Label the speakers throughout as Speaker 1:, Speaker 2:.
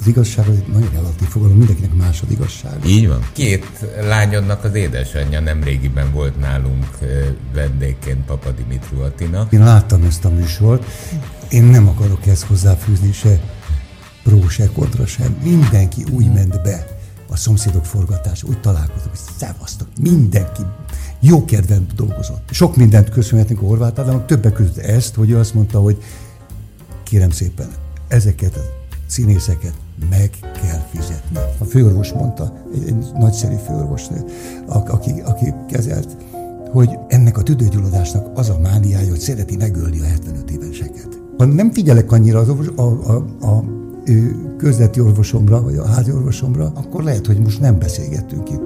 Speaker 1: Az igazság egy nagyon relatív fogalom, mindenkinek más az igazság.
Speaker 2: Így van. 2 lányodnak az édesanyja nemrégiben volt nálunk vendégként, Papa Dimitru Attina.
Speaker 1: Én láttam ezt a műsort, én nem akarok ezt hozzáfűzni se pró, se kontra sem. Mindenki úgy ment be a szomszédok forgatása, úgy találkoztak, hogy szevasztok, mindenki jó kedven dolgozott. Sok mindent köszönhetünk a Horváth Ádámnak, többek között ezt, hogy ő azt mondta, hogy kérem szépen, ezeket a színészeket meg kell fizetni. A főorvos mondta, egy nagyszerű főorvosnő, aki kezelt, hogy ennek a tüdőgyulladásnak az a mániája, hogy szereti megölni a 75 éveseket. Ha nem figyelek annyira a közleti orvosomra, vagy a házi orvosomra, akkor lehet, hogy most nem beszélgettünk itt.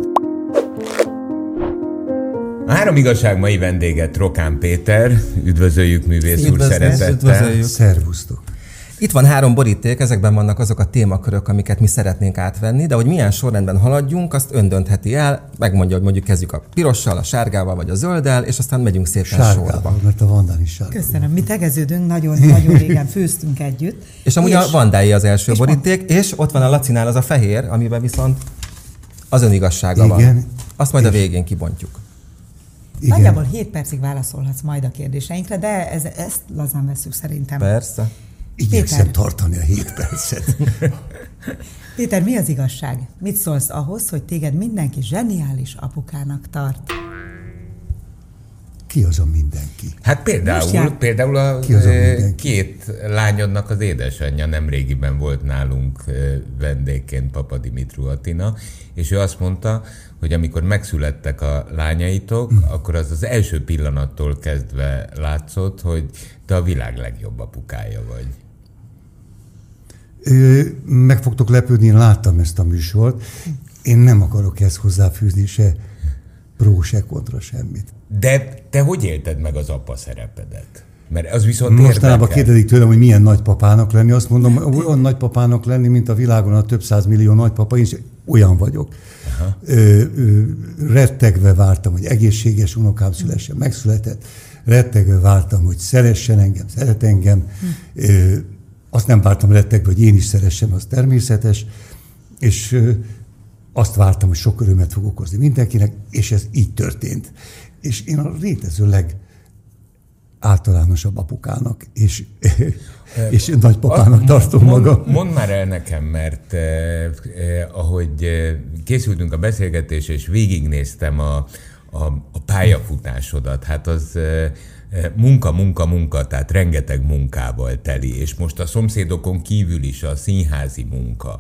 Speaker 2: A Három igazság mai vendége Trokán Péter. Üdvözöljük, művész úr, szeretettel.
Speaker 1: Szervusztok.
Speaker 3: Itt van 3 boríték, ezekben vannak azok a témakörök, amiket mi szeretnénk átvenni, de hogy milyen sorrendben haladjunk, azt ön döntheti el, megmondja, hogy mondjuk kezdjük a pirossal, a sárgával vagy a zölddel, és aztán megyünk szépen
Speaker 1: sárgával,
Speaker 3: sorba.
Speaker 1: Mert a Vandán is sárga.
Speaker 4: Köszönöm, mi tegeződünk, nagyon régen főztünk együtt.
Speaker 3: És amúgy a Vandái az első boríték, és ott van a Lacinál az a fehér, amiben viszont az ön igazsága van. Azt majd a végén kibontjuk.
Speaker 4: Igen. Nagyjából 7 percig válaszolhatsz majd a kérdéseinkre, de ezt lazán veszük szerintem.
Speaker 3: Persze.
Speaker 1: Igyekszem tartani a 7 percet.
Speaker 4: Péter, mi az igazság? Mit szólsz ahhoz, hogy téged mindenki zseniális apukának tart?
Speaker 1: Ki az a mindenki?
Speaker 2: Hát például a 2 lányodnak az édesanyja nemrégiben volt nálunk vendégként, Papa Dimitru Attina, és ő azt mondta, hogy amikor megszülettek a lányaitok, akkor az első pillanattól kezdve látszott, hogy te a világ legjobb apukája vagy.
Speaker 1: Meg fogtok lepődni, én láttam ezt a műsort. Én nem akarok ezt hozzáfűzni se pró, se kontra semmit.
Speaker 2: De te hogy élted meg az apa szerepedet? Mert az viszont
Speaker 1: mostanában kérdezik tőlem, hogy milyen nagypapának lenni. Azt mondom, olyan nagypapának lenni, mint a világon a több 100 millió nagypapa, én is olyan vagyok. Rettegve vártam, hogy egészséges unokám szülessen, megszületett. Rettegve vártam, hogy szeressen engem, szeret engem. Azt nem vártam rettegve, hogy én is szeressem, az természetes. És azt vártam, hogy sok örömet fog okozni mindenkinek, és ez így történt. És én a létező általánosabb apukának, és nagypapának tartom magam.
Speaker 2: Mondd már el nekem, mert ahogy készültünk a beszélgetésre, és végignéztem a pályafutásodat, hát az munka, tehát rengeteg munkával teli, és most a szomszédokon kívül is a színházi munka,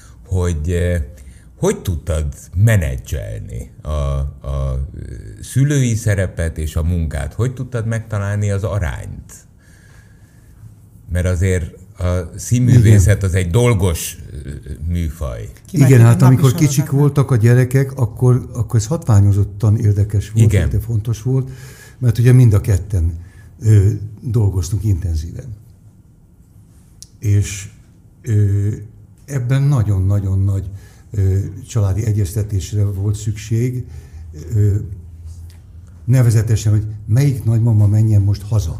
Speaker 2: hogy tudtad menedzselni a szülői szerepet és a munkát? Hogy tudtad megtalálni az arányt? Mert azért a színművészet az egy dolgos műfaj.
Speaker 1: Igen, hát amikor kicsik voltak a gyerekek, akkor ez hatványozottan érdekes volt, de fontos volt, mert ugye mind a ketten dolgoztunk intenzíven. És ebben nagyon-nagyon nagy családi egyeztetésre volt szükség, nevezetesen, hogy melyik nagymama menjen most haza.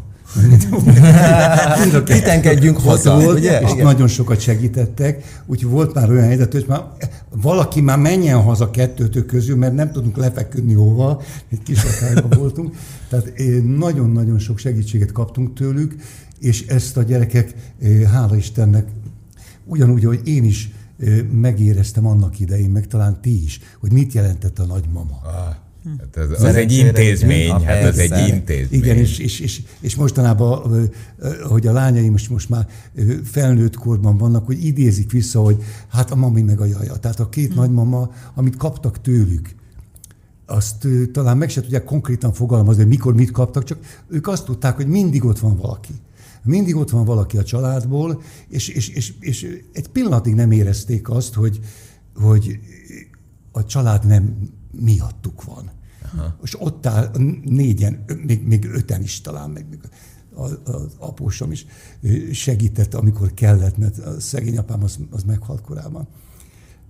Speaker 3: Kitenkedjünk haza, ugye?
Speaker 1: És nagyon sokat segítettek, úgyhogy volt már olyan helyzet, hogy valaki már menjen haza 2 közül, mert nem tudunk lefeküdni hova, egy kis lakásban voltunk. Tehát nagyon-nagyon sok segítséget kaptunk tőlük, és ezt a gyerekek, hála Istennek, ugyanúgy, hogy én is megéreztem annak idején, meg talán ti is, hogy mit jelentett a nagymama.
Speaker 2: Az egy intézmény, hát az egy intézmény.
Speaker 1: Igen, és mostanában, hogy a lányaim most már felnőtt korban vannak, hogy idézik vissza, hogy hát a mami meg a jaja. Tehát a 2 nagymama, amit kaptak tőlük, azt talán meg se tudják konkrétan fogalmazni, hogy mikor mit kaptak, csak ők azt tudták, hogy mindig ott van valaki. Mindig ott van valaki a családból, és egy pillanatig nem érezték azt, hogy a család nem miattuk van. Aha. És ott áll 4-en, még 5-en is talán, meg az apósom is segített, amikor kellett, mert a szegény apám az meghalt korábban.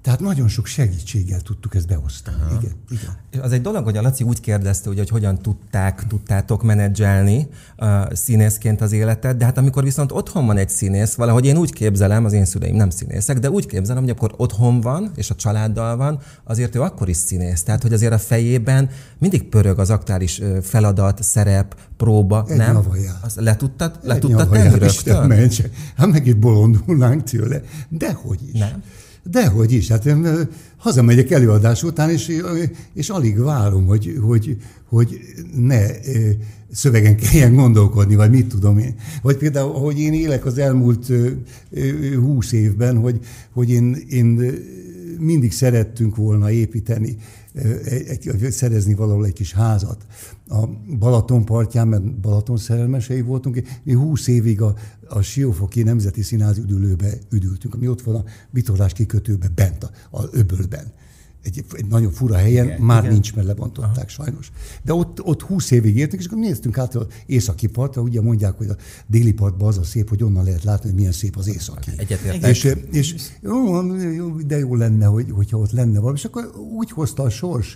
Speaker 1: Tehát nagyon sok segítséggel tudtuk ezt beosztani. Igen.
Speaker 3: Az egy dolog, hogy a Laci úgy kérdezte, hogy hogyan tudtátok menedzselni színészként az életet, de hát amikor viszont otthon van egy színész, valahogy én úgy képzelem, az én szüleim nem színészek, de úgy képzelem, hogy akkor otthon van, és a családdal van, azért ő akkor is színész. Tehát, hogy azért a fejében mindig pörög az aktuális feladat, szerep, próba,
Speaker 1: egy
Speaker 3: nem?
Speaker 1: Nyavaját.
Speaker 3: Le tudtad tenni rögtön?
Speaker 1: Hát meg itt bolondulnánk tőle. Dehogy is.
Speaker 3: Nem?
Speaker 1: Dehogy is. Hát én hazamegyek előadás után, és alig várom, hogy ne szövegen kelljen gondolkodni, vagy mit tudom én. Vagy például, hogy én élek az elmúlt 20 évben, hogy én mindig szerettünk volna építeni, szerezni valahol egy kis házat. A Balaton partján, mert Balaton szerelmesei voltunk, mi 20 évig a Siófoki Nemzeti Színház üdülőbe üdültünk, ami ott van a vitorlás kikötőben, bent a öbölben. Egy nagyon fura helyen, igen. Nincs, mert lebontották sajnos. De ott 20 évig éltünk, és akkor néztünk át az északi partra, ugye mondják, hogy a déli partban az a szép, hogy onnan lehet látni, hogy milyen szép az északi. És de jó lenne, hogyha ott lenne valami. És akkor úgy hozta a sors,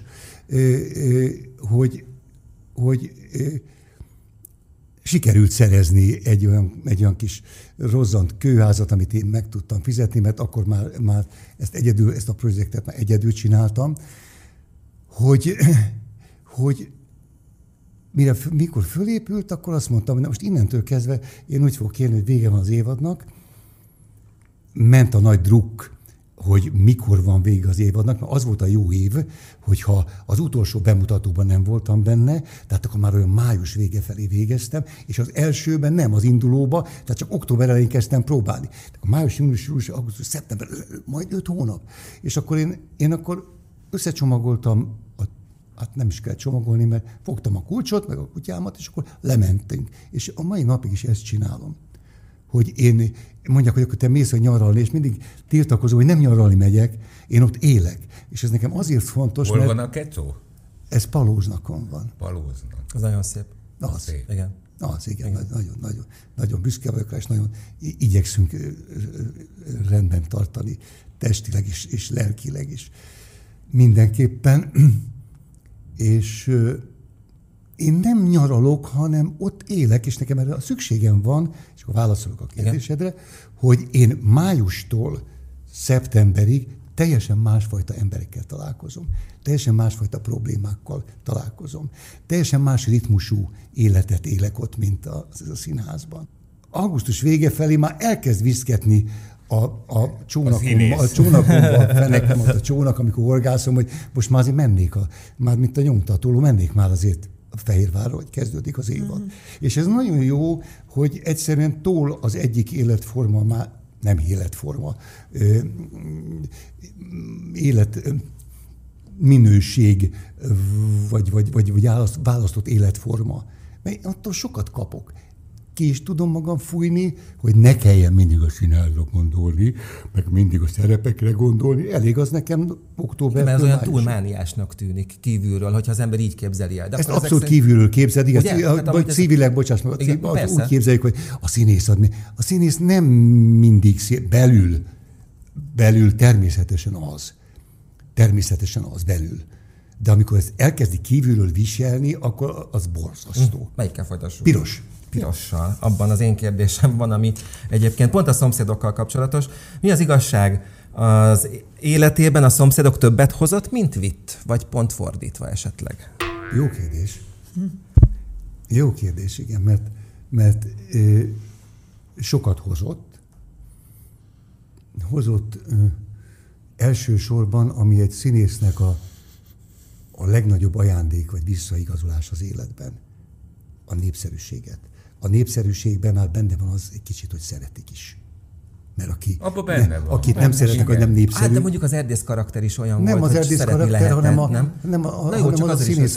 Speaker 1: hogy sikerült szerezni egy olyan kis rozzant kőházat, amit én meg tudtam fizetni, mert akkor már ezt a projektet már egyedül csináltam, hogy mikor fölépült, akkor azt mondtam, hogy most innentől kezdve én úgy fogok kérni, hogy vége van az évadnak. Ment a nagy drukk, hogy mikor van vége az évadnak, mert az volt a jó év, hogyha az utolsó bemutatóban nem voltam benne, tehát akkor már olyan május vége felé végeztem, és az elsőben nem, az indulóba, tehát csak október elején kezdtem próbálni. A május, június, augusztus, szeptember, majd 5 hónap. És akkor én akkor összecsomagoltam, hát nem is kell csomagolni, mert fogtam a kulcsot, meg a kutyámat, és akkor lementünk. És a mai napig is ezt csinálom. Hogy én mondják, hogy akkor te mész, hogy nyaralni, és mindig tiltakozom, hogy nem nyaralni megyek, én ott élek. És ez nekem azért fontos,
Speaker 2: Hol van a Kecó?
Speaker 1: Ez Palóznakon van.
Speaker 2: Palóznak.
Speaker 3: Az nagyon szép.
Speaker 1: Az.
Speaker 3: Szép. Igen.
Speaker 1: Igen. Nagyon büszke vagyok rá, és nagyon igyekszünk rendben tartani testileg is, és lelkileg is. Mindenképpen. És én nem nyaralok, hanem ott élek, és nekem erre a szükségem van, és akkor válaszolok a kérdésedre, hogy én májustól szeptemberig teljesen másfajta emberekkel találkozom, teljesen másfajta problémákkal találkozom, teljesen más ritmusú életet élek ott, mint a színházban. Augusztus vége felé már elkezd viszketni a csónakomba, fenekem ott a csónak, amikor horgászom, hogy most már azért mennék, már mint a nyomtatóló, mennék már azért a Fehérvárra, hogy kezdődik az évad. És ez nagyon jó, hogy egyszerűen tól az egyik életforma már nem életforma, életminőség, vagy választott életforma. Mert attól sokat kapok. Ki is tudom magam fújni, hogy ne kelljen mindig a színházra gondolni, meg mindig a szerepekre gondolni. Elég az nekem október.
Speaker 3: Mert ez olyan túl mániásnak tűnik kívülről, hogyha az ember így képzeli el. De
Speaker 1: ezt abszolút kívülről képzeld, igaz? Vagy civilek, bocsáss meg, úgy képzeljük, hogy a színész nem mindig belül természetesen az belül. De amikor ezt elkezdi kívülről viselni, akkor az borzasztó.
Speaker 3: Melyikkel folytassuk?
Speaker 1: Pirossal.
Speaker 3: Abban az én kérdésem van, ami egyébként pont a szomszédokkal kapcsolatos. Mi az igazság? Az életében a szomszédok többet hozott, mint vitt? Vagy pont fordítva esetleg?
Speaker 1: Jó kérdés, igen, mert sokat hozott elsősorban, ami egy színésznek a legnagyobb ajándék vagy visszaigazolás az életben, a népszerűséget. A népszerűségben már benne van az egy kicsit, hogy szeretik is. Mert akit nem szeretnek, hogy nem népszerű.
Speaker 3: Hát de mondjuk az erdész karakter is olyan
Speaker 1: nem
Speaker 3: volt,
Speaker 1: hogy szeretni lehetett, hanem az a színész,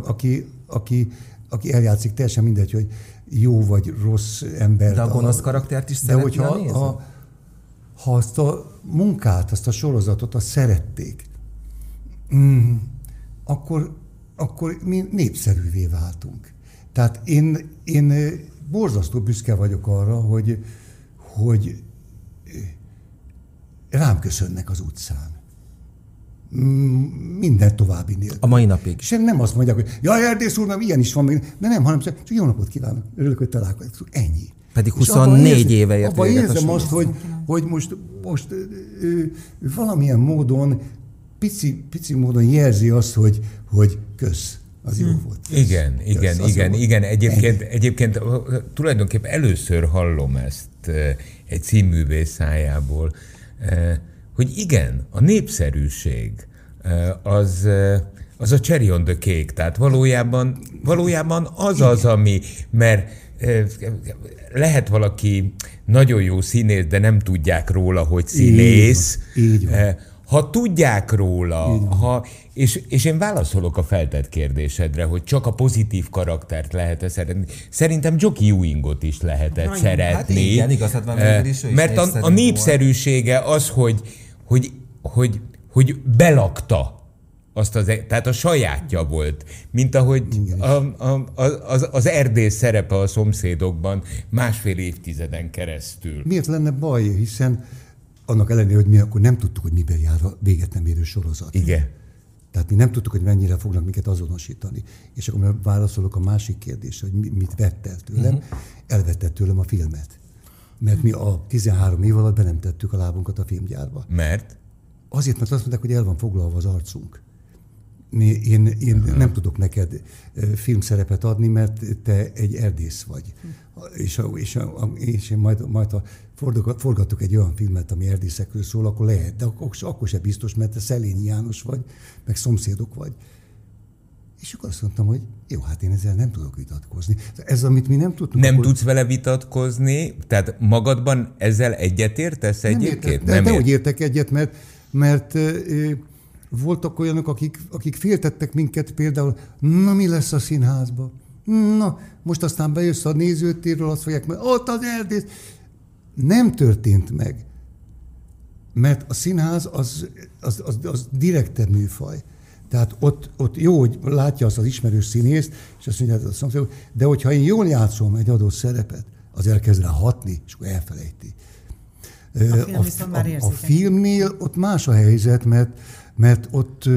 Speaker 1: aki eljátszik, teljesen mindegy, hogy jó vagy rossz ember.
Speaker 3: De a gonosz karaktert is szeretni a néző?
Speaker 1: Ha azt a munkát, azt a sorozatot, azt szerették, akkor mi népszerűvé váltunk. Tehát én borzasztó büszke vagyok arra, hogy rám köszönnek az utcán. minden további nélkül.
Speaker 3: A mai napig.
Speaker 1: És nem azt mondják, hogy jaj, Erdész úr, mert ilyen is van, de nem, hanem csak jó napot kívánok, örülök, hogy találkozunk, ennyi.
Speaker 3: Pedig 24 éve ért
Speaker 1: abban érzem azt, hogy most valamilyen módon, pici módon jelzi azt, hogy kösz. Az jó volt.
Speaker 2: Igen. Egyébként tulajdonképpen először hallom ezt egy színművész szájából, hogy igen, a népszerűség az a cherry on the cake, tehát valójában az, ami, mert lehet valaki nagyon jó színész, de nem tudják róla, hogy színész.
Speaker 1: Így van.
Speaker 2: Ha tudják róla, és én válaszolok a feltett kérdésedre, hogy csak a pozitív karaktert lehet-e szeretni. Szerintem Jockey Ewingot is lehetett szeretni. Hát
Speaker 3: igen, igazad van,
Speaker 2: mert a népszerűsége az, hogy belakta azt tehát a sajátja volt, mint ahogy az Erdész szerepe a Szomszédokban 1,5 évtizeden keresztül.
Speaker 1: Miért lenne baj, hiszen annak ellenére, hogy mi akkor nem tudtuk, hogy miben jár a véget nem érő sorozat.
Speaker 2: Igen.
Speaker 1: Tehát mi nem tudtuk, hogy mennyire fognak minket azonosítani. És akkor válaszolok a másik kérdésre, hogy mit vett el tőlem. Elvette tőlem a filmet. Mert mi a 13 év alatt be nem tettük a lábunkat a filmgyárba.
Speaker 2: Mert?
Speaker 1: Azért, mert azt mondták, hogy el van foglalva az arcunk. Én nem tudok neked filmszerepet adni, mert te egy erdész vagy. És én majd ha forgatok egy olyan filmet, ami erdészekről szól, akkor lehet, de akkor sem biztos, mert te Szelényi János vagy, meg Szomszédok vagy. És akkor azt mondtam, hogy jó, hát én ezzel nem tudok vitatkozni. Ez, amit mi nem tudtunk...
Speaker 2: Nem tudsz vele vitatkozni? Tehát magadban ezzel egyetértesz egyébként?
Speaker 1: De hogy értek egyet, mert voltak olyanok, akik féltettek minket például, na mi lesz a színházban? Na, most aztán bejössz a nézőtérről, azt fogják, mert ott az erdész. Nem történt meg, mert a színház az direktebb műfaj. Tehát ott jó, hogy látja azt az ismerős színészt, és azt mondja, de hogyha én jól játszom egy adott szerepet, az elkezd rá hatni, és akkor elfelejti. A filmnél ott más a helyzet, mert ott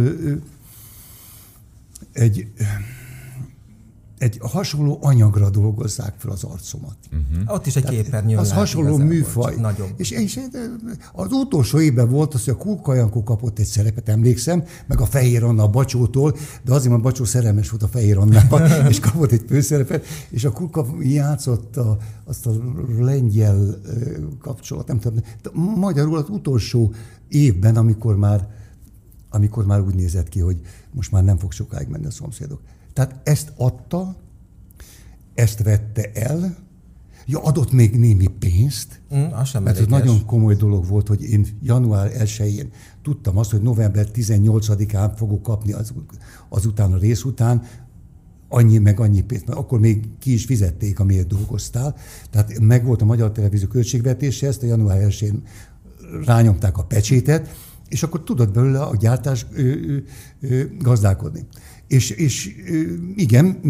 Speaker 1: egy hasonló anyagra dolgozzák fel az arcomat.
Speaker 3: Ott is egy képernyőn.
Speaker 1: Az hasonló műfaj. És az utolsó évben volt az, hogy a Kulka Jankó kapott egy szerepet, emlékszem, meg a Fehér Anna a Bacsótól, de azért, mert Bacsó szerelmes volt a Fehér Annában, és kapott egy főszerepet, és a Kulka játszott azt a lengyel kapcsolat, nem tudom, magyarul az utolsó évben, amikor már úgy nézett ki, hogy most már nem fog sokáig menni a Szomszédok. Tehát ezt adta, ezt vette el, adott még némi pénzt, mert ez nagyon komoly dolog volt, hogy én január 1-én tudtam azt, hogy november 18-án fogok kapni azután a rész után annyi pénzt, mert akkor még ki is fizették, amiért dolgoztál. Tehát megvolt a Magyar Televízió költségvetése, ezt a január 1-én rányomták a pecsétet, és akkor tudod belőle a gyártás gazdálkodni. És igen,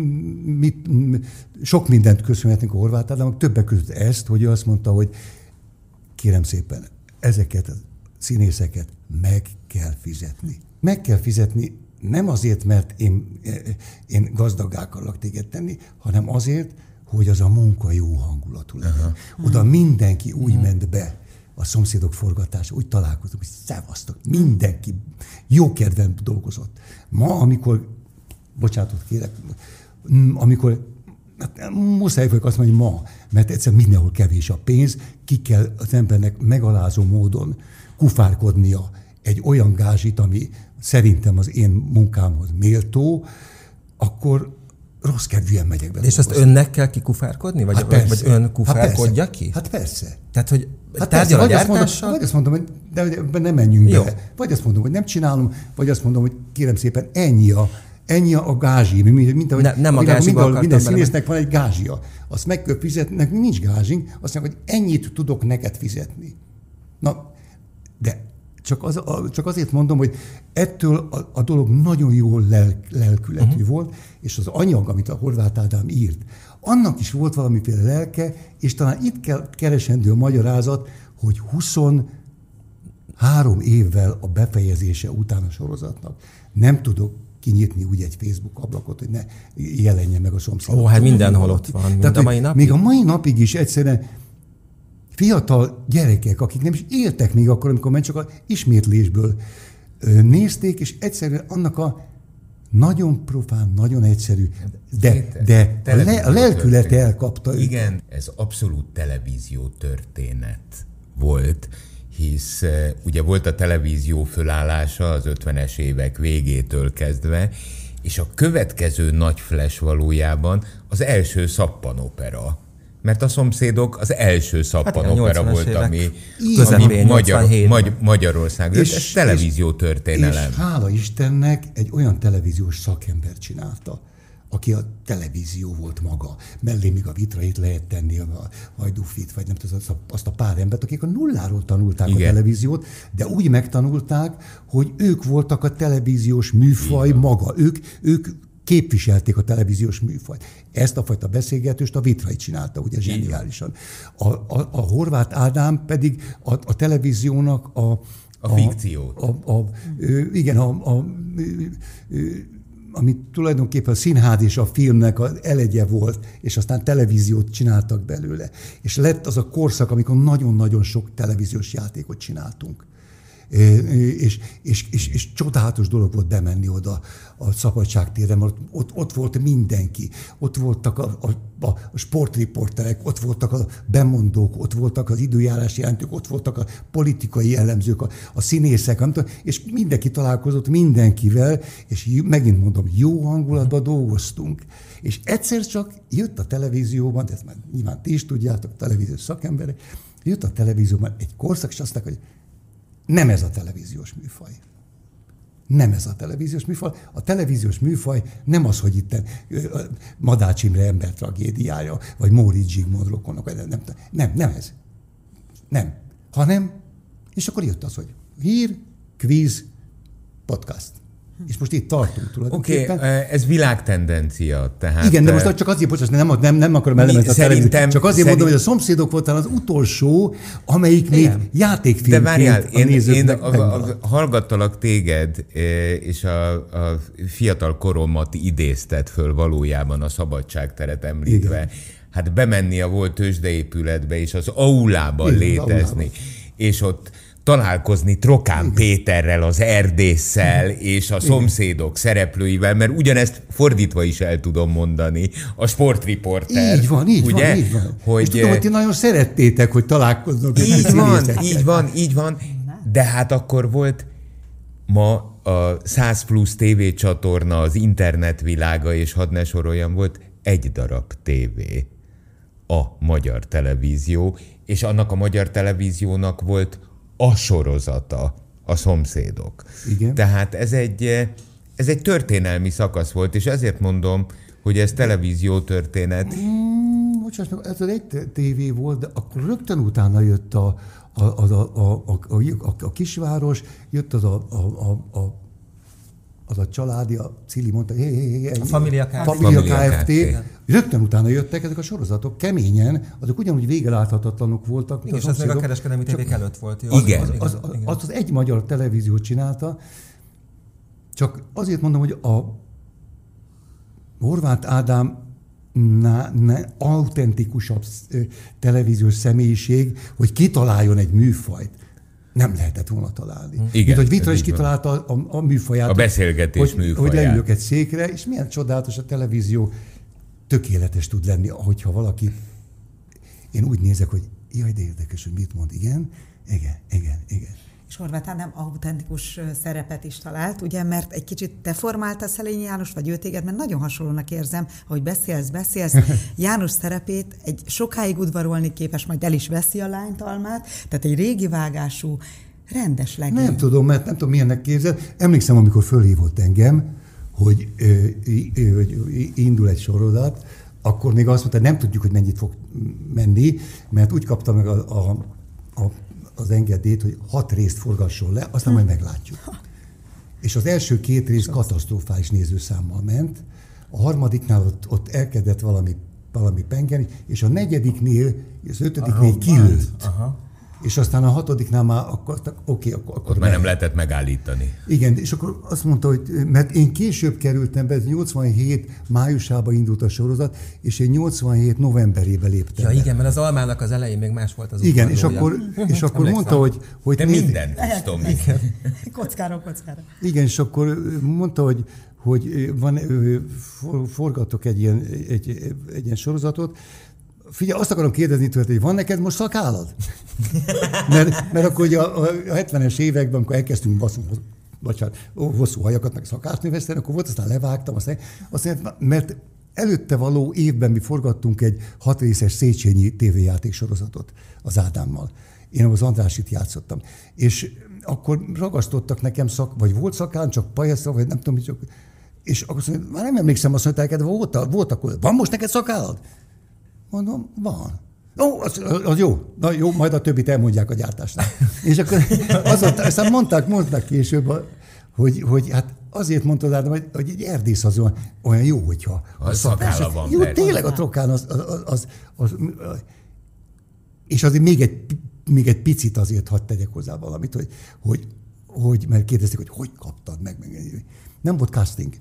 Speaker 1: sok mindent köszönhetünk a Horváth Ádámnak, többek között ezt, hogy ő azt mondta, hogy kérem szépen, ezeket a színészeket meg kell fizetni. Meg kell fizetni nem azért, mert én gazdaggá akarlak téged tenni, hanem azért, hogy az a munka jó hangulatú legyen. Oda mindenki úgy ment be, a Szomszédok forgatása, úgy találkozunk, hogy szevasztok, mindenki jó kedven dolgozott. Ma, amikor, bocsánatot kérek, muszáj vagyok azt mondani, hogy ma, mert egyszerűen mindenhol kevés a pénz, ki kell az embernek megalázó módon kufárkodnia egy olyan gázsit, ami szerintem az én munkámhoz méltó, akkor rossz kedvűen megyek be.
Speaker 3: És azt önnek kell kikufárkodni? Vagy ön kufárkodja ki?
Speaker 1: Hát persze.
Speaker 3: Tehát, hogy tárgyal a gyártással?
Speaker 1: Vagy azt mondom, hogy de nem menjünk be. Vagy azt mondom, hogy nem csinálom, vagy azt mondom, hogy kérem szépen, ennyi a gázsi. Mint ahogy
Speaker 3: nem a gázsiba
Speaker 1: minden színésznek van egy gázsia. Azt meg kell fizetni, nekünk nincs gázsink, azt mondják, hogy ennyit tudok neked fizetni. Na, de csak azért mondom, hogy ettől a dolog nagyon jól lelkületű volt, és az anyag, amit a Horváth Ádám írt, annak is volt valamiféle lelke, és talán itt kell keresendő a magyarázat, hogy 23 3 évvel a befejezése után a sorozatnak nem tudok kinyitni úgy egy Facebook ablakot, hogy ne jelenjen meg a szomszédok.
Speaker 3: Hát mindenhol ott van, mind a mai napig.
Speaker 1: Még a mai napig is egyszerűen fiatal gyerekek, akik nem is éltek még akkor, amikor csak az ismétlésből nézték, és egyszerűen annak a nagyon profán, nagyon egyszerű, de a lelkülete elkapta őt.
Speaker 2: Igen, ez abszolút televízió történet volt, hisz ugye volt a televízió fölállása az 50-es évek végétől kezdve, és a következő nagy flash valójában az első szappanopera. Mert a Szomszédok az első szappanopera volt, ami Magyarországon. Ez televízió történelem.
Speaker 1: És hála Istennek egy olyan televíziós szakember csinálta, aki a televízió volt maga. Mellé még a Vitrait lehet tenni, a Hajdúfit, vagy nem tudom, azt a pár embert, akik a nulláról tanulták a televíziót, de úgy megtanulták, hogy ők voltak a televíziós műfaj maga. Ők képviselték a televíziós műfajt. Ezt a fajta beszélgetést a Vitrai csinálta, ugye zseniálisan. A Horváth Ádám pedig a televíziónak
Speaker 2: a fikciót.
Speaker 1: Igen, ami tulajdonképpen a színház és a filmnek az elegye volt, és aztán televíziót csináltak belőle. És lett az a korszak, amikor nagyon-nagyon sok televíziós játékot csináltunk. És csodálatos dolog volt bemenni oda a Szabadságtérre, mert ott volt mindenki. Ott voltak a sportriporterek, ott voltak a bemondók, ott voltak az időjárás jelentők, ott voltak a politikai jellemzők, a színészek, és mindenki találkozott mindenkivel, és megint mondom, jó hangulatban dolgoztunk. És egyszer csak jött a televízióban, de ezt már nyilván ti is tudjátok, televíziós szakemberek, jött a televízióban egy korszak, és azt mondták, hogy nem ez a televíziós műfaj. Nem ez a televíziós műfaj. A televíziós műfaj nem az, hogy itt Madács Imre ember tragédiája, vagy Móricz Zsigmond rokonok. Nem ez. Nem. Hanem, és akkor jött az, hogy hír, kvíz, podcast. És most itt tartunk tulajdonképpen.
Speaker 2: Oké, ez világtendencia. Tehát
Speaker 1: igen, de most csak azért, bocsánat, nem akarom elemezni a televíziót. Csak azért mondom, hogy a Szomszédok volt az utolsó, amelyik még játékfilmként
Speaker 2: de várjál, én hallgattalak téged, és a fiatal koromat idézted föl valójában a Szabadságteret említve. Igen. Hát bemenni a volt tőzsdeépületbe, és az aulában létezni. És ott találkozni Trokán Péterrel, az erdésszel és a Szomszédok szereplőivel, mert ugyanezt fordítva is el tudom mondani, a sportriporter.
Speaker 1: Így van. Hogy... És tudom, hogy ti nagyon szerettétek, hogy találkoznak.
Speaker 2: Így van. De hát akkor volt ma a 100 plusz tévécsatorna, az internetvilága, és hadd ne soroljam, volt egy darab tévé, a Magyar Televízió, és annak a Magyar Televíziónak volt a sorozata, a Szomszédok.
Speaker 1: Igen.
Speaker 2: Tehát ez egy történelmi szakasz volt, és ezért mondom, hogy ez televízió történet.
Speaker 1: Bocsánat, ez egy tévé volt, de akkor rögtön utána jött a kisváros, jött az a családi, a Cili mondta,
Speaker 3: a Família
Speaker 1: Kft. Rögtön utána jöttek ezek a sorozatok, keményen, azok ugyanúgy végeláthatatlanok voltak.
Speaker 3: Igen, és ez meg a kereskedelmi tévék előtt volt. Jó?
Speaker 2: Igen.
Speaker 1: Az egy magyar televízió csinálta, csak azért mondom, hogy a Horváth Ádám autentikusabb televíziós személyiség, hogy kitaláljon egy műfajt. Nem lehetett volna találni.
Speaker 2: Igen,
Speaker 1: mint hogy Vitra is kitalálta a műfaját.
Speaker 2: A beszélgetés műfaját.
Speaker 1: Hogy leülök egy székre, és milyen csodálatos a televízió, tökéletes tud lenni, hogyha valaki... Én úgy nézek, hogy jaj, de érdekes, hogy mit mond. Igen.
Speaker 4: És Horváth Ádám autentikus szerepet is talált, ugye, mert egy kicsit te formálta Szelényi János, vagy ő téged, mert nagyon hasonlónak érzem, ahogy beszélsz. János szerepét egy sokáig udvarolni képes, majd el is veszi a lánytalmát, tehát egy régi vágású, rendes legény.
Speaker 1: Nem tudom, mert nem tudom, milyennek képzel. Emlékszem, amikor fölhívott engem, hogy indul egy sorozat, akkor még azt mondta, nem tudjuk, hogy mennyit fog menni, mert úgy kapta meg az engedélyt, hogy 6 részt forgasson le, aztán majd meglátjuk. És az első 2 rész katasztrofális nézőszámmal ment, a harmadiknál ott elkezdett valami pengeni, és a 4-nél, az 5-nél kilőtt. És aztán a 6-nál már akkor
Speaker 2: már nem lehetett megállítani.
Speaker 1: Igen, és akkor azt mondta, hogy mert én később kerültem be, 87 májusában indult a sorozat, és én 87 novemberében léptem be.
Speaker 3: Igen, mert az Almának az elején még más volt az
Speaker 1: igen, és akkor mondta, hogy
Speaker 2: te mindent tudom.
Speaker 4: Kockára.
Speaker 1: Igen, és akkor mondta, hogy forgatok egy ilyen sorozatot. Figyelj, azt akarom kérdezni tőled, hogy van neked most szakállad? Mert akkor ugye a 70-es években, amikor elkezdtünk hosszú hajakat, meg szakást növeszteni, akkor volt, aztán levágtam, aztán mert előtte való évben mi forgattunk egy 6 részes Széchenyi tévéjáték sorozatot az Ádámmal. Én az Andrásit játszottam. És akkor ragasztottak nekem vagy volt szakán, csak pajaszra, vagy nem tudom, csak... És akkor mondja, már nem emlékszem, azt mondták, hogy volt akkor, van most neked szakállad? Mondom, van. Ó, az jó. Na jó, majd a többit elmondják a gyártásnál. És akkor aztán mondták később, hogy hát azért mondtad, Ádám, hogy egy erdész az olyan jó, hogyha
Speaker 2: a szakálla van.
Speaker 1: Jó, tényleg a trokán az és azért még egy picit azért hadd tegyek hozzá valamit, hogy mert kérdezték, hogy kaptad meg. Nem volt casting.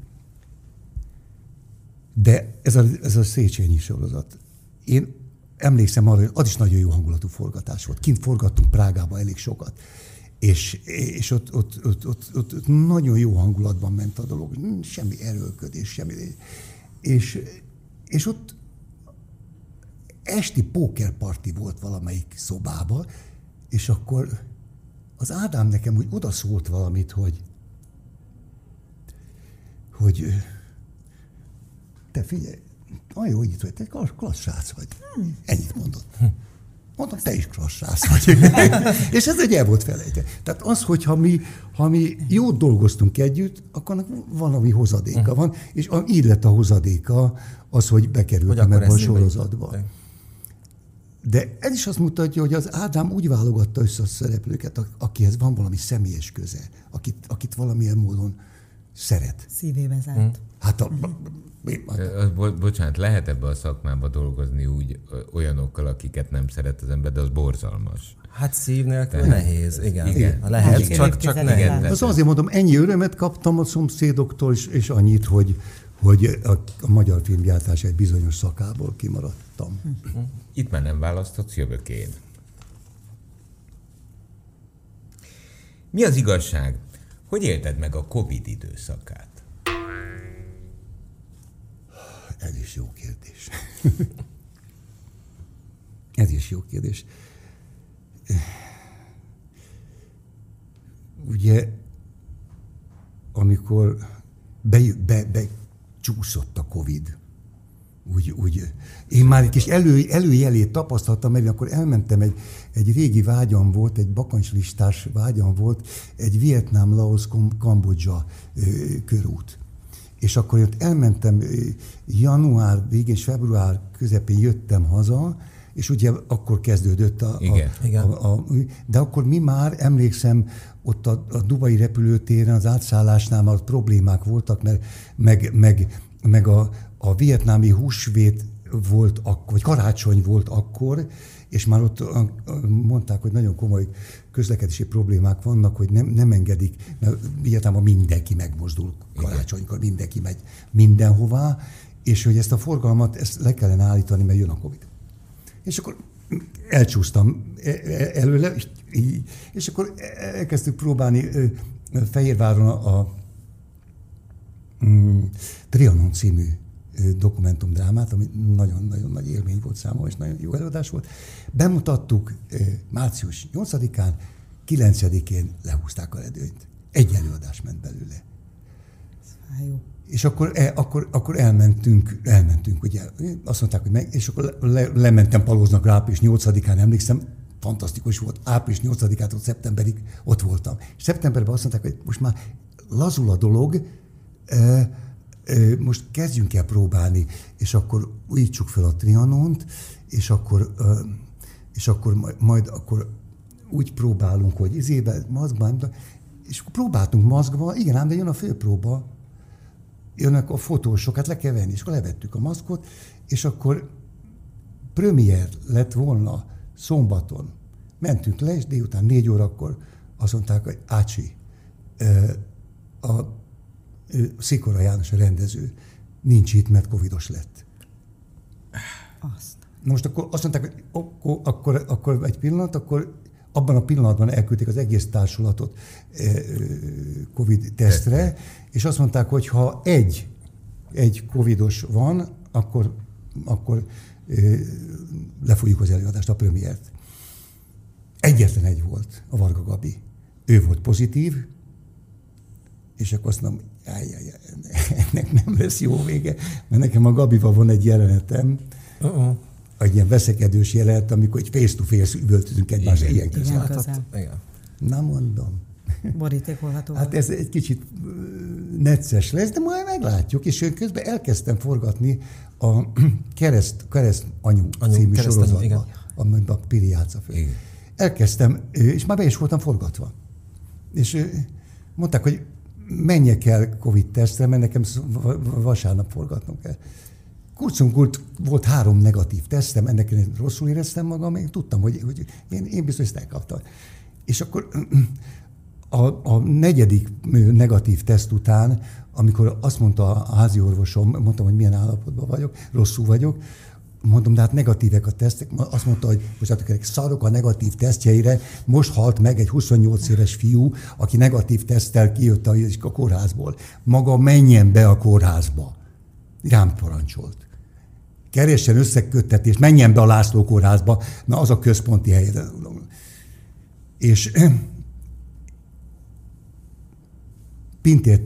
Speaker 1: De ez a Széchenyi sorozat. Én emlékszem arra, hogy az is nagyon jó hangulatú forgatás volt. Kint forgattunk Prágában elég sokat. És ott nagyon jó hangulatban ment a dolog. Semmi erőlködés, semmi. És ott esti pókerparti volt valamelyik szobában, és akkor az Ádám nekem úgy odaszólt valamit, hogy te figyelj, olyan jó, hogy itt vagy, te klassz srác vagy. Ennyit mondott. Mondtam, te is klassz srác vagy. És ez egy el volt felejtve. Tehát az, hogy ha mi jót dolgoztunk együtt, akkor valami hozadéka van, és így lett a hozadéka az, hogy bekerültem ebbe a sorozatba. De ez is azt mutatja, hogy az Ádám úgy válogatta össze a szereplőket, akihez van valami személyes köze, akit valamilyen módon szeret.
Speaker 4: Szívébe zárt.
Speaker 1: Hát
Speaker 2: bocsánat, lehet ebbe a szakmába dolgozni úgy olyanokkal, akiket nem szeret az ember, de az borzalmas.
Speaker 3: Hát szív nélkül nehéz, igen. Lehet, csak nehéz.
Speaker 1: Az azért mondom, ennyi örömet kaptam a szomszédoktól, és annyit, hogy a magyar filmgyártás egy bizonyos szakából kimaradtam.
Speaker 2: Itt már nem választhatsz, jövök én. Mi az igazság? Hogy élted meg a Covid időszakát?
Speaker 1: Ez is jó kérdés. Ez is jó kérdés. Ugye, amikor becsúszott a Covid, úgy én már egy kis előjelét tapasztaltam, mert akkor elmentem, egy régi vágyam volt, egy bakancslistás vágyam volt, egy Vietnám, Laos, Kambodzsa körút. És akkor ott elmentem január végén és február közepén jöttem haza, és ugye akkor kezdődött de akkor mi már, emlékszem, ott a dubai repülőtéren, az átszállásnál már problémák voltak, mert meg a vietnámi húsvét volt akkor, vagy karácsony volt akkor, és már ott mondták, hogy nagyon komoly közlekedési problémák vannak, hogy nem engedik, mert Vietnámban mindenki megmozdul karácsonykor, mindenki megy mindenhová, és hogy ezt a forgalmat le kellene állítani, mert jön a Covid. És akkor elcsúsztam előle, és akkor elkezdtük próbálni Fehérváron a Trianon című dokumentumdrámát, ami nagyon-nagyon nagy élmény volt számomra, és nagyon jó előadás volt. Bemutattuk március 8-án, 9-én lehúzták a redőnyt. Egy előadás ment belőle.
Speaker 4: Jó.
Speaker 1: És akkor elmentünk, ugye, azt mondták, hogy és akkor lementem Palóznak április 8-án, emlékszem, fantasztikus volt, április 8-ától szeptemberig ott voltam. És szeptemberben azt mondták, hogy most már lazul a dolog, most kezdjünk el próbálni, és akkor újítsuk fel a Trianont, és akkor majd akkor úgy próbálunk, hogy maszkban, és akkor próbáltunk maszkban, igen ám, de jön a főpróba, jönnek a fotósok, hát le kell venni, és akkor levettük a maszkot, és akkor premier lett volna szombaton, Mentünk le, és délután 4 órakor azt mondták, hogy Ácsi, a Szikora János a rendező nincs itt, mert covidos lett.
Speaker 4: Azt.
Speaker 1: Na most akkor azt mondták, hogy akkor egy pillanat, akkor abban a pillanatban elküldték az egész társulatot Covid-tesztre, és azt mondták, hogy ha egy covidos van, akkor lefolyjuk az előadást, a premiért. Egyetlen egy volt, a Varga Gabi. Ő volt pozitív, és akkor azt mondom, ennek nem lesz jó vége, mert nekem a Gabival van egy jelenetem, egy ilyen veszekedős jelenet, amikor egy face-to-face üvöltözünk egymásra ilyen közel. Na mondom.
Speaker 4: Borítékolható.
Speaker 1: Hát ez egy kicsit necces lesz, de majd meglátjuk, és én közben elkezdtem forgatni a Kereszt anyu című sorozatban, amiben a Piri játsza föl. Elkezdtem, és már be is voltam forgatva. És mondták, hogy menjek el Covid-tesztre, mert nekem vasárnap forgatnom kell. Kurcunkurt volt 3 negatív tesztem, ennek rosszul éreztem magam, én tudtam, hogy én biztos ezt elkaptam. És akkor a 4. negatív teszt után, amikor azt mondta a házi orvosom, mondtam, hogy milyen állapotban vagyok, rosszul vagyok, mondom, de hát negatívek a tesztek. Azt mondta, hogy most szarok a negatív tesztjeire, most halt meg egy 28 éves fiú, aki negatív teszttel kijött a kórházból. Maga menjen be a kórházba. Rám parancsolt. Keressen összeköttetést, menjen be a László kórházba, na az a központi hely. És Pintér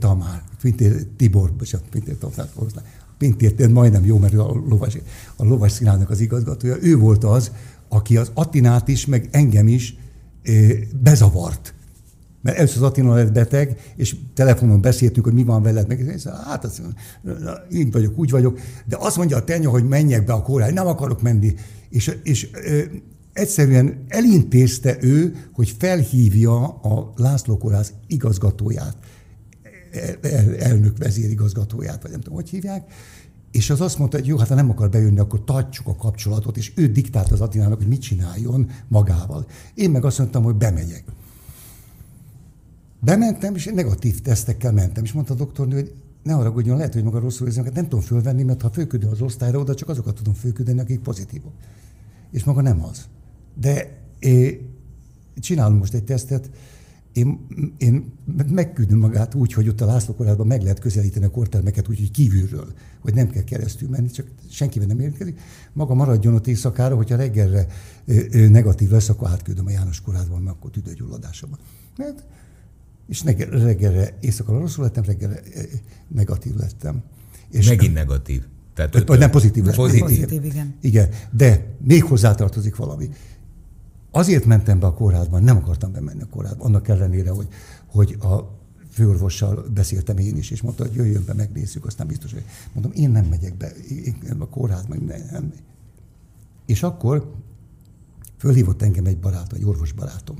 Speaker 1: majdnem jó, mert a lovas színháznak az igazgatója, ő volt az, aki az Attinát is, meg engem is bezavart. Mert először az Attina lett beteg, és telefonon beszéltünk, hogy mi van veled, meg hát azt mondja, így vagyok, úgy vagyok, de azt mondja a Tenya, hogy menjek be a kórházba, nem akarok menni. És egyszerűen elintézte ő, hogy felhívja a László kórház igazgatóját, elnök vezérigazgatóját, vagy nem tudom, hogy hívják, és az azt mondta, hogy jó, hát ha nem akar bejönni, akkor tartsuk a kapcsolatot, és ő diktált az Attinának, hogy mit csináljon magával. Én meg azt mondtam, hogy bemegyek. Bementem, és negatív tesztekkel mentem, és mondta a doktornő, hogy ne haragudjon, lehet, hogy maga rosszul érzem, nem tudom fölvenni, mert ha fölküldöm az osztályra, oda csak azokat tudom fölküldeni, akik pozitívok. És maga nem az. De csinálunk most egy tesztet, én megküldöm magát úgy, hogy ott a László kórházban meg lehet közelíteni a kortermeket, úgyhogy kívülről, hogy nem kell keresztül menni, csak senkivel nem érkezik. Maga maradjon ott éjszakára, hogyha reggelre negatív lesz, akkor átküldöm a János kórházban, mert akkor tüdőgyulladásában. És reggelre éjszakára rosszul lettem, reggelre negatív lettem.
Speaker 2: És megint negatív.
Speaker 1: Tehát nem pozitív lettem.
Speaker 4: Pozitív, igen.
Speaker 1: Igen, de még hozzátartozik valami. Azért mentem be a kórházban, nem akartam bemenni a kórházba, annak ellenére, hogy a főorvossal beszéltem én is, és mondta, hogy jöjjön be, megnézzük, aztán biztos, hogy mondom, én nem megyek be a kórházba, nem. És akkor fölhívott engem egy barátom, egy orvosbarátom.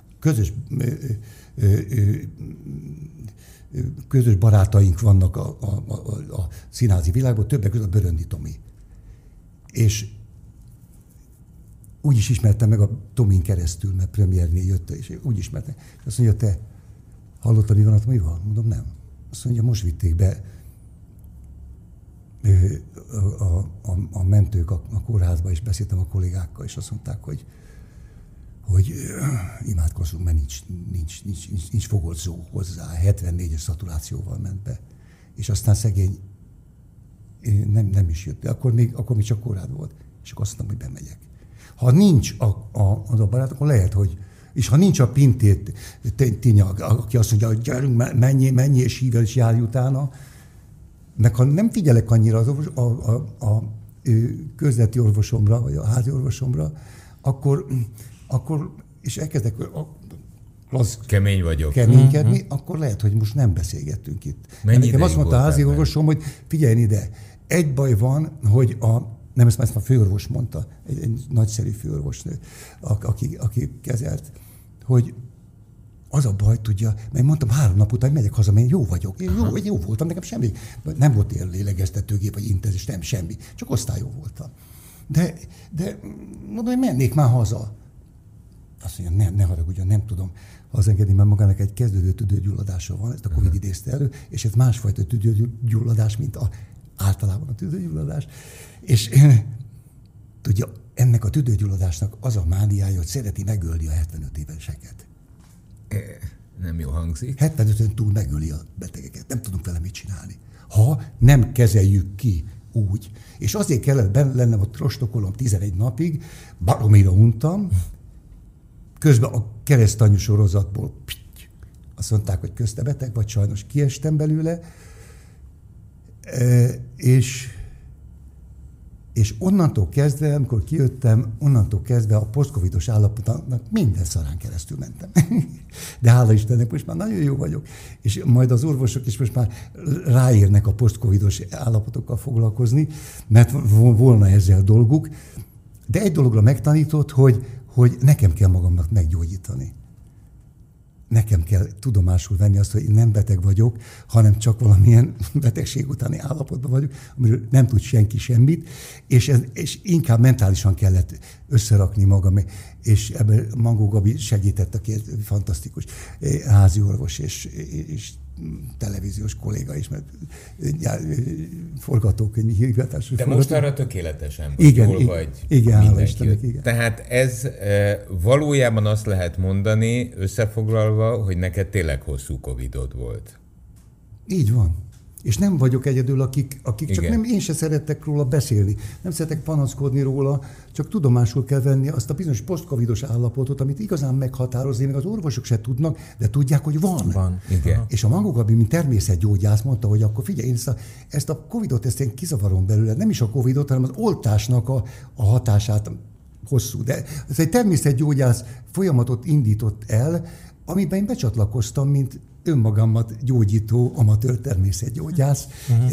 Speaker 1: Közös barátaink vannak a színházi világban, többek között a Böröndi Tomi. És úgy is ismertem meg a Tomin keresztül, mert premiernél jött, és úgy ismertem. És azt mondja, te hallottad, mi van a Tomival? Mondom, nem. Azt mondja, most vitték be a mentők a kórházba, és beszéltem a kollégákkal, és azt mondták, hogy imádkozzunk, mert nincs fogolzó hozzá. 74-es szaturációval ment be. És aztán szegény nem is jött. De akkor még csak kórház volt. És akkor azt mondtam, hogy bemegyek. Ha nincs az a barát, akkor lehet, hogy... És ha nincs a Pintér Tinya, aki azt mondja, hogy gyerünk, menj és hívj és járj utána, meg ha nem figyelek annyira a közleti orvosomra, vagy a házi orvosomra, akkor és elkezdek
Speaker 2: kemény vagyok.
Speaker 1: Keménykedni, akkor lehet, hogy most nem beszélgettünk itt. Nekem azt mondta a házi orvosom, hogy figyelj ide, egy baj van, hogy nem ezt már a főorvos mondta, egy nagyszerű főorvosnő, aki kezelt, hogy az a baj, tudja, mert mondtam 3 nap után, megyek haza, mert jó vagyok. Jó voltam, nekem semmi. Nem volt ilyen lélegeztetőgép, vagy intenzis, nem semmi. Csak osztályó voltam. De mondom, hogy mennék már haza. Azt mondja, ne haragudjon, nem tudom. Az engedi, mert magának egy kezdődő tüdőgyulladása van, ezt a Covid idézte elő, és ez másfajta tüdőgyulladás, mint általában a tüdőgyulladás. És tudja, ennek a tüdőgyulladásnak az a mániája, hogy szereti megölni a 75 éveseket.
Speaker 2: Nem jó hangzik.
Speaker 1: 75-ön túl megöli a betegeket. Nem tudunk vele mit csinálni. Ha nem kezeljük ki úgy. És azért kellett lennem ott rostokolom 11 napig, baromira untam, közben a keresztanyú sorozatból azt mondták, hogy közte beteg vagy, sajnos kiestem belőle, és onnantól kezdve, amikor kijöttem, onnantól kezdve a posztcovidos állapotnak minden szarán keresztül mentem. De hála Istennek most már nagyon jó vagyok. És majd az orvosok is most már ráérnek a posztcovidos állapotokkal foglalkozni, mert volna ezzel dolguk. De egy dologra megtanított, hogy nekem kell magamnak meggyógyítani. Nekem kell tudomásul venni azt, hogy én nem beteg vagyok, hanem csak valamilyen betegség utáni állapotban vagyok, amiről nem tud senki semmit, és inkább mentálisan kellett összerakni magam, és ebben Mangó Gabi segített, aki egy fantasztikus házi orvos és televíziós kolléga is, mert forgatókönyvi hivatású.
Speaker 2: De most arra tökéletesen vagy, jól vagy.
Speaker 1: Igen, hála Istennek, igen.
Speaker 2: Tehát ez valójában azt lehet mondani, összefoglalva, hogy neked tényleg hosszú Covidod volt.
Speaker 1: Így van. És nem vagyok egyedül, akik csak nem, én se szerettek róla beszélni. Nem szeretek panaszkodni róla, csak tudomásul kell venni azt a bizonyos posztcovidos állapotot, amit igazán meghatározni, még az orvosok se tudnak, de tudják, hogy van.
Speaker 2: Igen.
Speaker 1: És a Mangó Gabi, mint természetgyógyász mondta, hogy akkor figyelj, én ezt a Covidot, ezt én kizavarom belőle, nem is a Covidot, hanem az oltásnak a hatását hosszú. De ez egy természetgyógyász folyamatot indított el, amiben én becsatlakoztam, mint önmagamat gyógyító amatőr természetgyógyász.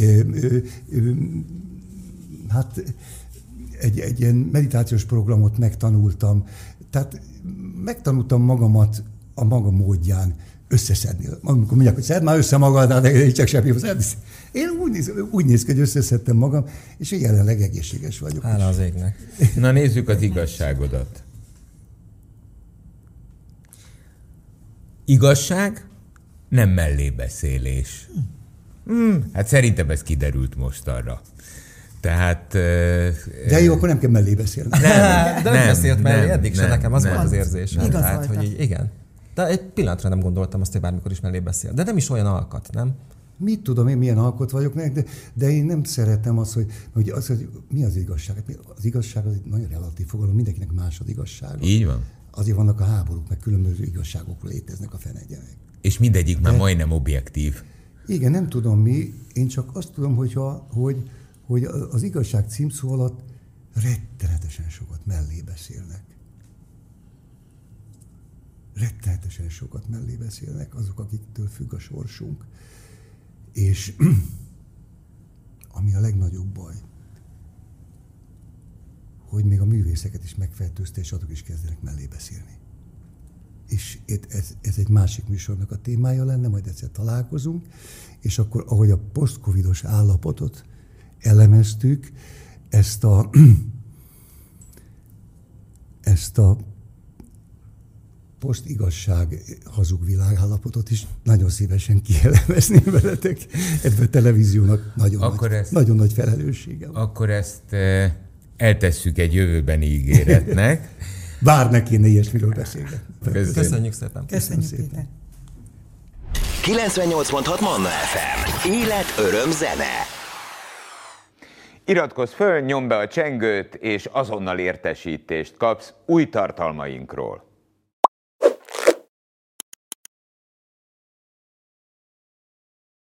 Speaker 1: Hát egy ilyen meditációs programot megtanultam. Tehát megtanultam magamat a maga módján összeszedni. Amikor mondják, hogy szedd már össze magad, hát én csak semmi. Én úgy néz ki, hogy összeszedtem magam, és jelenleg egészséges vagyok.
Speaker 3: Hála az égnek.
Speaker 2: Na nézzük az igazságodat. Igazság? Nem mellébeszélés. Hát szerintem ez kiderült most arra. Tehát...
Speaker 3: De jó, akkor nem kell mellé beszélni. Nem beszélt mellé, eddig sem nekem az volt az érzésem. Tehát, hogy így, igen. De egy pillanatra nem gondoltam azt, hogy bármikor is mellé beszél. De nem is olyan alkat, nem?
Speaker 1: Mit tudom én, milyen alkot vagyok, de én nem szeretem azt, hogy mi az igazság. Az igazság az egy nagyon relatív fogalom, mindenkinek más az igazság.
Speaker 2: Így van.
Speaker 1: Azért vannak a háborúk, meg különböző igazságok léteznek a fenegyenek.
Speaker 2: És mindegyik már majdnem objektív.
Speaker 1: Igen, nem tudom mi, én csak azt tudom, hogy az igazság címszó alatt rettenetesen sokat mellé beszélnek. Rettenetesen sokat mellé beszélnek azok, akiktől függ a sorsunk. És ami a legnagyobb baj, hogy még a művészeket is megfertőzte, és azok is kezdenek mellé beszélni. És ez egy másik műsornak a témája lenne, majd egyszer találkozunk, és akkor, ahogy a posztcovidos állapotot elemeztük, ezt a posztigazság hazug világállapotot is nagyon szívesen kielemezném veletek. Ebből a televíziónak nagyon nagy felelőssége van.
Speaker 2: Akkor ezt eltesszük egy jövőbeni ígéretnek.
Speaker 1: Bár ne kéne ilyesmiről beszélni.
Speaker 3: Köszönjük szépen.
Speaker 4: Köszönjük szépen.
Speaker 5: 98.6 Manna FM. Élet, öröm, zene.
Speaker 6: Iratkozz föl, nyomd be a csengőt, és azonnal értesítést kapsz új tartalmainkról.